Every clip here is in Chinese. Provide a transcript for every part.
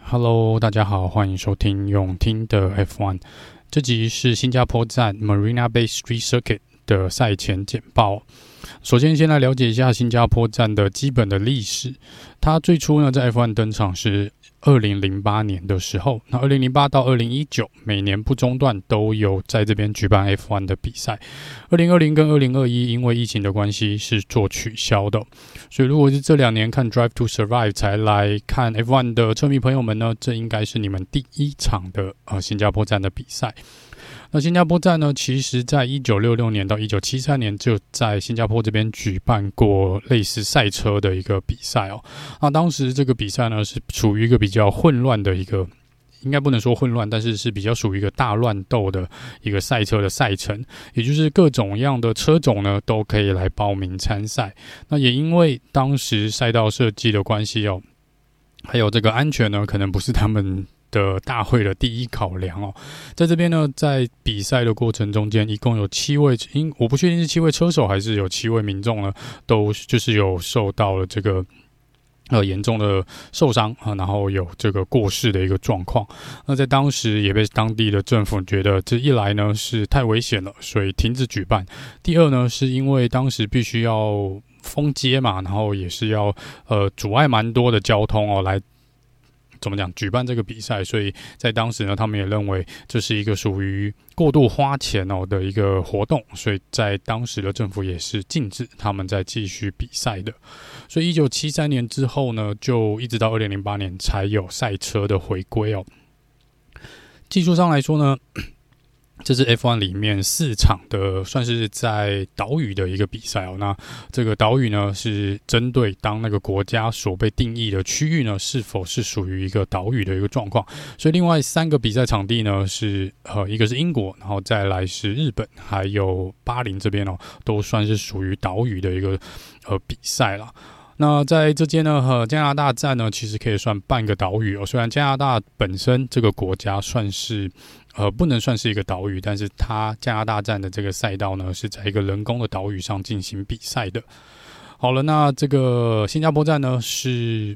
Hello， 大家好，欢迎收听永听的 F1。这集是新加坡站 Marina Bay Street Circuit 的赛前简报。首先，先来了解一下新加坡站的基本的历史。它最初呢，在 F1 登场是2008年的时候，那2008到2019每年不中断都有在这边举办 F1 的比赛。2020跟2021因为疫情的关系是做取消的，所以如果是这2年看 Drive to Survive 才来看 F1 的车迷朋友们呢，这应该是你们第一场的新加坡站的比赛。那新加坡站呢，其实在1966年到1973年就在新加坡这边举办过类似赛车的一个比赛哦。那当时这个比赛呢是处于一个比较混乱的一个，应该不能说混乱，但是比较属于一个大乱斗的一个赛车的赛程，也就是各种样的车种呢都可以来报名参赛。那也因为当时赛道设计的关系哦，还有这个安全呢，可能不是他们的大会的第一考量哦。在这边呢，在比赛的过程中间，一共有7位，我不确定是7位车手还是有7位民众呢，都就是有受到了这个严重的受伤啊，然后有这个过世的一个状况。那在当时也被当地的政府觉得这一来呢是太危险了，所以停止举办。第二呢，是因为当时必须要封街嘛，然后也是要阻碍蛮多的交通哦，来怎么讲举办这个比赛，所以在当时呢，他们也认为这是一个属于过度花钱的一个活动，所以在当时的政府也是禁止他们再继续比赛的。所以1973年之后呢，就一直到2008年才有赛车的回归哦。技术上来说呢，这是 F1 里面4场的算是在岛屿的一个比赛哦。那这个岛屿呢是针对当那个国家所被定义的区域呢是否是属于一个岛屿的一个状况。所以另外3个比赛场地呢是一个是英国，然后再来是日本，还有巴林这边哦，都算是属于岛屿的一个比赛啦。那在这间呢，加拿大站呢，其实可以算半个岛屿哦。虽然加拿大本身这个国家算是不能算是一个岛屿，但是它加拿大站的这个赛道呢，是在一个人工的岛屿上进行比赛的。好了，那这个新加坡站呢，是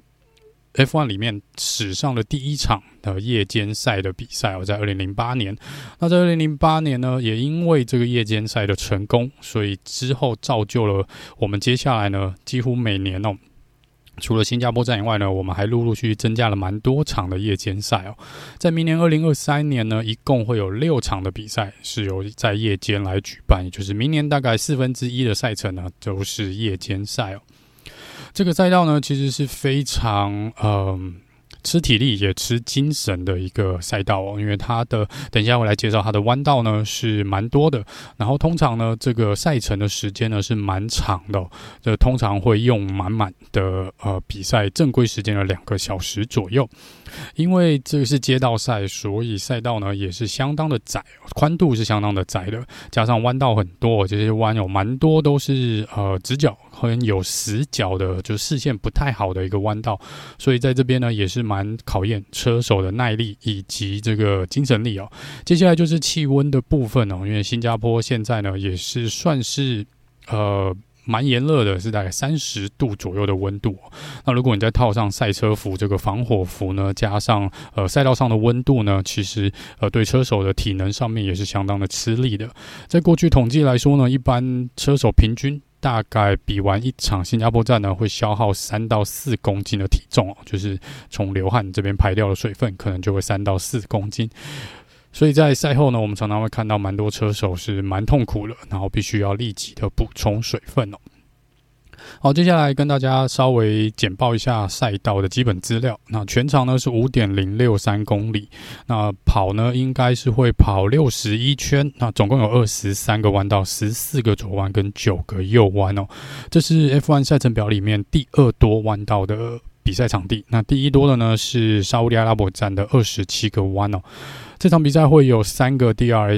F1 里面史上的第一场的夜间赛的比赛哦，在2008年。那在2008年呢，也因为这个夜间赛的成功，所以之后造就了我们接下来呢，几乎每年哦，除了新加坡站以外呢，我们还陆陆续续增加了蛮多场的夜间赛哦。在明年2023年呢，一共会有6场的比赛是由在夜间来举办，也就是明年大概1/4的赛程呢，都是夜间赛哦。这个赛道呢，其实是非常吃体力也吃精神的一个赛道哦，因为它的等一下我来介绍它的弯道呢是蛮多的，然后通常呢这个赛程的时间呢是蛮长的哦，这通常会用满的比赛正规时间的2个小时左右。因为这个是街道赛，所以赛道呢也是相当的窄，宽度是相当的窄的，加上弯道很多，这些弯有蛮多都是直角和有死角的，就视线不太好的一个弯道，所以在这边呢也是蛮考验车手的耐力以及这个精神力哦。接下来就是气温的部分哦，因为新加坡现在呢也是算是蛮炎热的，是大概30度左右的温度哦。那如果你再套上赛车服这个防火服呢，加上赛道上的温度呢，其实对车手的体能上面也是相当的吃力的。在过去统计来说呢，一般车手平均大概比完一场新加坡站呢，会消耗3到4公斤的体重哦，就是从流汗这边排掉的水分，可能就会3到4公斤。所以在赛后呢，我们常常会看到蛮多车手是蛮痛苦的，然后必须要立即的补充水分哦。好，接下来跟大家稍微简报一下赛道的基本资料。那全长呢是 5.063 公里，那跑呢应该是会跑61圈，那总共有23个弯道，14个左弯跟9个右弯哦。这是 F1 赛程表里面第2多弯道的比赛场地。那第1多的呢是沙烏地阿拉伯站的27个弯哦。这场比赛会有3个 DRS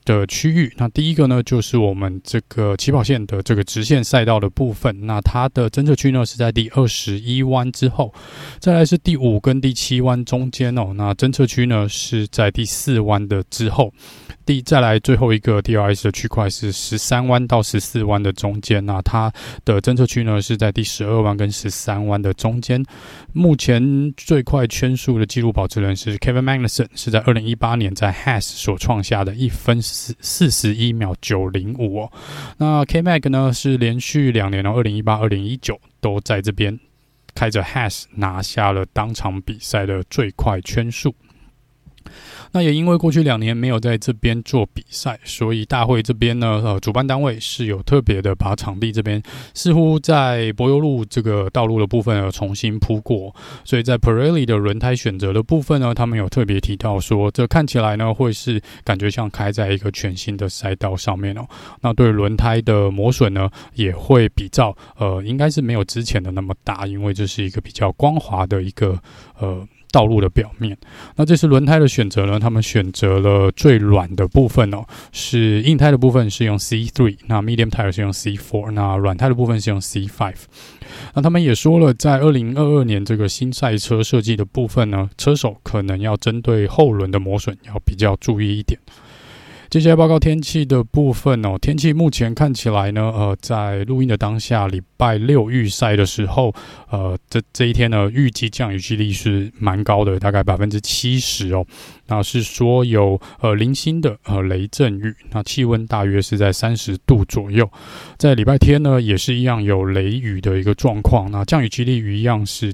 的区域。那第一个呢，就是我们这个起跑线的这个直线赛道的部分，那它的侦测区呢是在第21弯之后，再来是第5跟第7弯中间哦，那侦测区呢是在第4弯的之后，再来最后一个 DRS 的区块是13弯到14弯的中间，那它的侦测区呢是在第12弯跟13弯的中间。目前最快圈速的纪录保持人是 Kevin Magnussen， 是在2018年在 Haas 所创下的1分41秒905哦。那 K-Mag 呢是连续2年2018、2019都在这边开着 Haas 拿下了当场比赛的最快圈速。那也因为过去2年没有在这边做比赛，所以大会这边呢，主办单位是有特别的把场地这边似乎在柏油路这个道路的部分重新铺过，所以在 Pirelli 的轮胎选择的部分呢，他们有特别提到说，这看起来呢会是感觉像开在一个全新的赛道上面哦。那对轮胎的磨损呢，也会比较应该是没有之前的那么大，因为这是一个比较光滑的一个道路的表面。那这次轮胎的选择呢，他们选择了最软的部分哦，是硬胎的部分是用 C3， 那 medium tire 是用 C4， 那软胎的部分是用 C5。那他们也说了，在2022年这个新赛车设计的部分呢，车手可能要针对后轮的磨损要比较注意一点。接下来报告天气的部分哦，天气目前看起来呢，在录音的当下，礼拜6预赛的时候，这一天呢，预计降雨几率是蛮高的，大概70%哦。那是说有零星的雷阵雨，那气温大约是在30度左右。在礼拜天呢，也是一样有雷雨的一个状况，那降雨几率一样是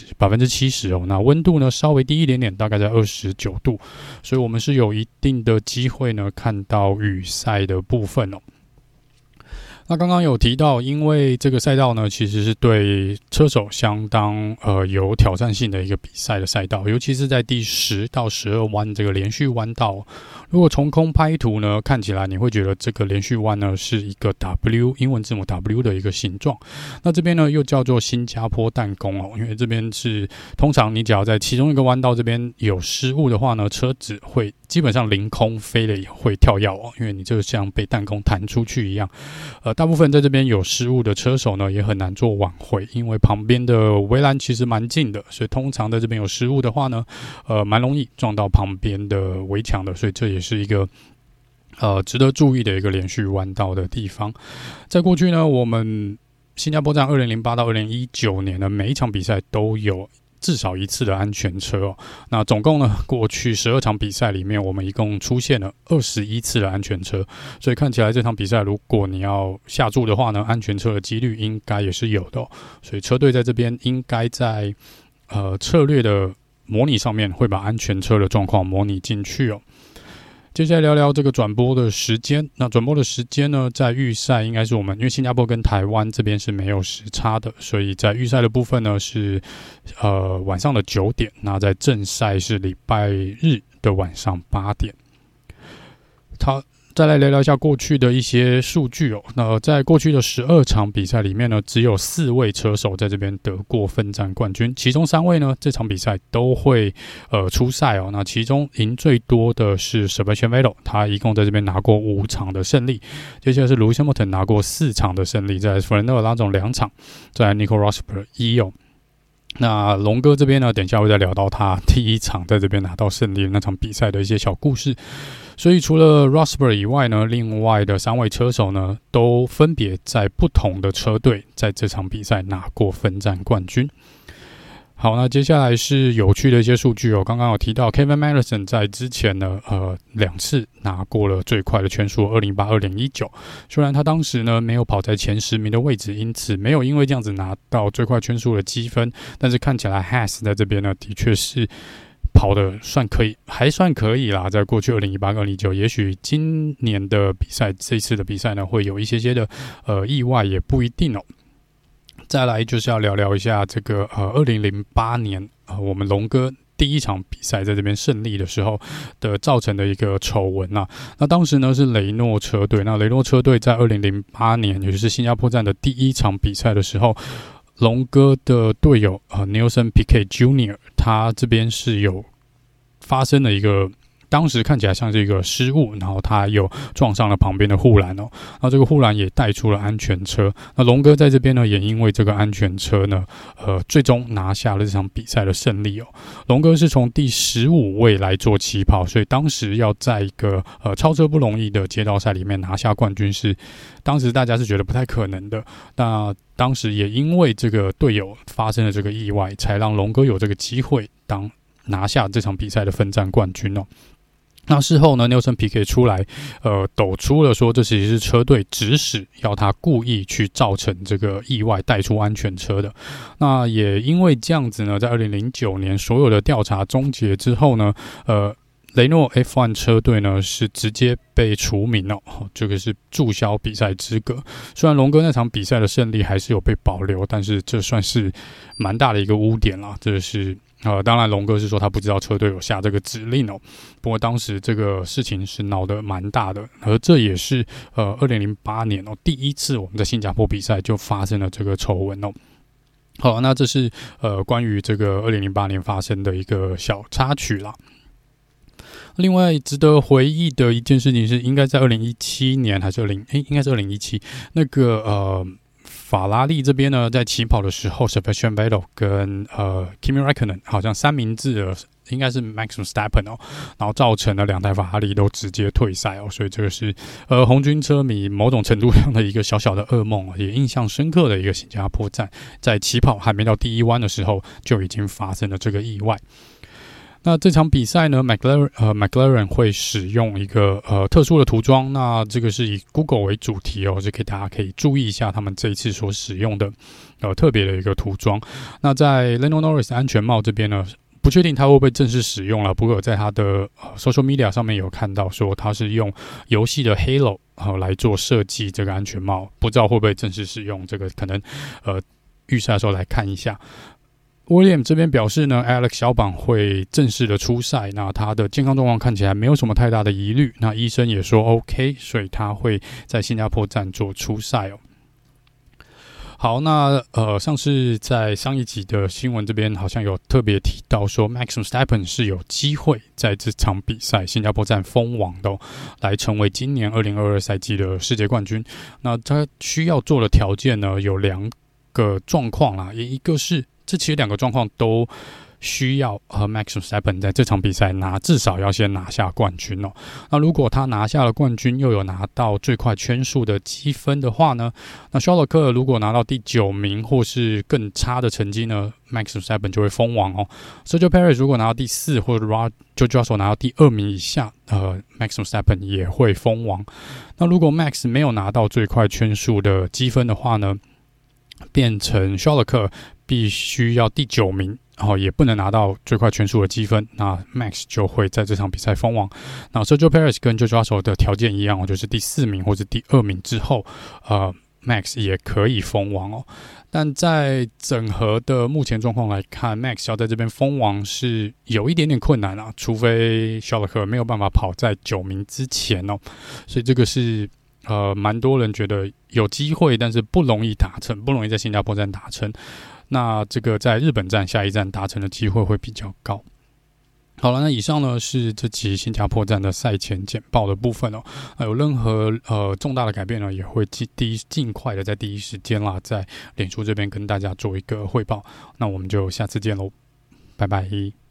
70%哦。那温度呢稍微低一点点，大概在29度，所以我们是有一定的机会呢看到雨赛的部分哦。那刚刚有提到，因为这个赛道呢，其实是对车手相当有挑战性的一个比赛的赛道，尤其是在第10到12弯这个连续弯道，如果从空拍图呢，看起来你会觉得这个连续弯呢是一个 W 英文字母 W 的一个形状。那这边呢又叫做新加坡弹弓哦，因为这边是通常你只要在其中一个弯道这边有失误的话呢，车子会基本上凌空飞了也会跳跃哦，因为你就像被弹弓弹出去一样。大部分在这边有失误的车手呢，也很难做挽回，因为旁边的围栏其实蛮近的，所以通常在这边有失误的话呢，蛮容易撞到旁边的围墙的，所以这也是一个值得注意的一个连续弯道的地方。在过去呢，我们新加坡站2008到2019年的每一场比赛都有至少一次的安全车哦。那总共呢，过去12场比赛里面，我们一共出现了21次的安全车，所以看起来这场比赛如果你要下注的话呢，安全车的几率应该也是有的哦。所以车队在这边应该在策略的模拟上面会把安全车的状况模拟进去哦。接下来聊聊这个转播的时间。那转播的时间呢，在预赛应该是我们因为新加坡跟台湾这边是没有时差的，所以在预赛的部分呢是晚上的9点，那在正赛是礼拜日的晚上8点。再来聊聊一下过去的一些数据哦。那在过去的12场比赛里面呢，只有4位车手在这边得过分站冠军，其中3位呢这场比赛都会出赛哦。那其中赢最多的是 Sebastian Vettel， 他一共在这边拿过5场的胜利。接下来是 Lewis Hamilton 拿过4场的胜利，再来是 Fernando Alonso 2场，再来 Nico Rosberg 1哦。那龙哥这边呢，等一下会再聊到他第一场在这边拿到胜利的那场比赛的一些小故事。所以除了 Rosberg 以外呢，另外的3位车手呢，都分别在不同的车队在这场比赛拿过分站冠军。好，那接下来是有趣的一些数据哦。刚刚有提到 Kevin Magnussen 在之前呢2次拿过了最快的圈速2018、2019。虽然他当时呢没有跑在前10名的位置，因此没有因为这样子拿到最快圈速的积分，但是看起来 Haas 在这边呢的确是跑的还算可以啦。在过去2018、2019，也许今年的比赛，这次的比赛呢会有一些的意外，也不一定哦。再来就是要聊一下这个2008年我们龙哥第一场比赛在这边胜利的时候的造成的一个丑闻啊。那当时呢是雷诺车队，那雷诺车队在2008年，也就是新加坡站的第一场比赛的时候，龙哥的队友Nelson Piquet Jr. 他这边是有发生了一个当时看起来像是一个失误，然后他又撞上了旁边的护栏哦，那这个护栏也带出了安全车。那龙哥在这边呢，也因为这个安全车呢，最终拿下了这场比赛的胜利哦。龙哥是从第15位来做起跑，所以当时要在一个超车不容易的街道赛里面拿下冠军是，当时大家是觉得不太可能的。那当时也因为这个队友发生了这个意外，才让龙哥有这个机会拿下这场比赛的分站冠军哦。那事后呢，Nelson Piquet 出来，抖出了说，这其实是车队指使要他故意去造成这个意外，带出安全车的。那也因为这样子呢，在2009年所有的调查终结之后呢，雷诺 F1 车队呢是直接被除名哦，这个是注销比赛资格。虽然龙哥那场比赛的胜利还是有被保留，但是这算是蛮大的一个污点啦。这是当然龙哥是说他不知道车队有下这个指令哦。不过当时这个事情是闹得蛮大的，而这也是2008年哦第一次我们在新加坡比赛就发生了这个丑闻哦。好，那这是关于这个2008年发生的一个小插曲啦。另外值得回忆的一件事情是，应该在2017年还是应该是2017那个法拉利这边呢，在起跑的时候 ，Sebastian Vettel 跟Kimi Räikkönen 好像三明治应该是 Max Verstappen 哦，然后造成了2台法拉利都直接退赛哦，所以这个是红军车迷某种程度上的一个小小的噩梦，也印象深刻的一个新加坡站，在起跑还没到第一弯的时候就已经发生了这个意外。那这场比赛呢 ，McLaren 会使用一个特殊的涂装，那这个是以 Google 为主题哦，就大家可以注意一下他们这一次所使用的特别的一个涂装。那在 Lando Norris 安全帽这边呢，不确定他会不会正式使用了，不过在他的social media 上面有看到说他是用游戏的 Halo 来做设计这个安全帽，不知道会不会正式使用，这个可能预赛的时候来看一下。William 这边表示呢 ，Alex 小榜会正式的出赛，那他的健康状况看起来没有什么太大的疑虑，那医生也说 OK， 所以他会在新加坡站做出赛哦。好，那上次在上一集的新闻这边好像有特别提到说 Max Verstappen 是有机会在这场比赛新加坡站封王的来成为今年2022赛季的世界冠军。那他需要做的条件呢有2个状况啦，一个是这其实2个状况都需要Max Verstappen 在这场比赛至少要先拿下冠军哦。那如果他拿下了冠军，又有拿到最快圈数的积分的话呢，那肖勒克如果拿到第9名或是更差的成绩呢 ，Max Verstappen 就会封王哦。Sergio Perez 如果拿到第4，或者 George Russell 拿到第2名以下，Max Verstappen 也会封王。那如果 Max 没有拿到最快圈数的积分的话呢，变成肖勒克必须要第9名，也不能拿到最快圈数的积分，那 Max 就会在这场比赛封王。那 Sergio Perez 跟 George Russell 的条件一样，就是第4名或者第2名之后，Max 也可以封王哦。但在整合的目前状况来看 ，Max 要在这边封王是有一点点困难啊，除非肖勒克没有办法跑在9名之前哦。所以这个是蛮多人觉得有机会，但是不容易达成，不容易在新加坡站达成。那这个在日本站下一站达成的机会会比较高。好了，那以上呢是这期新加坡站的赛前简报的部分哦。有任何重大的改变呢，也会尽快的在第一时间啦，在脸书这边跟大家做一个汇报。那我们就下次见喽，拜拜。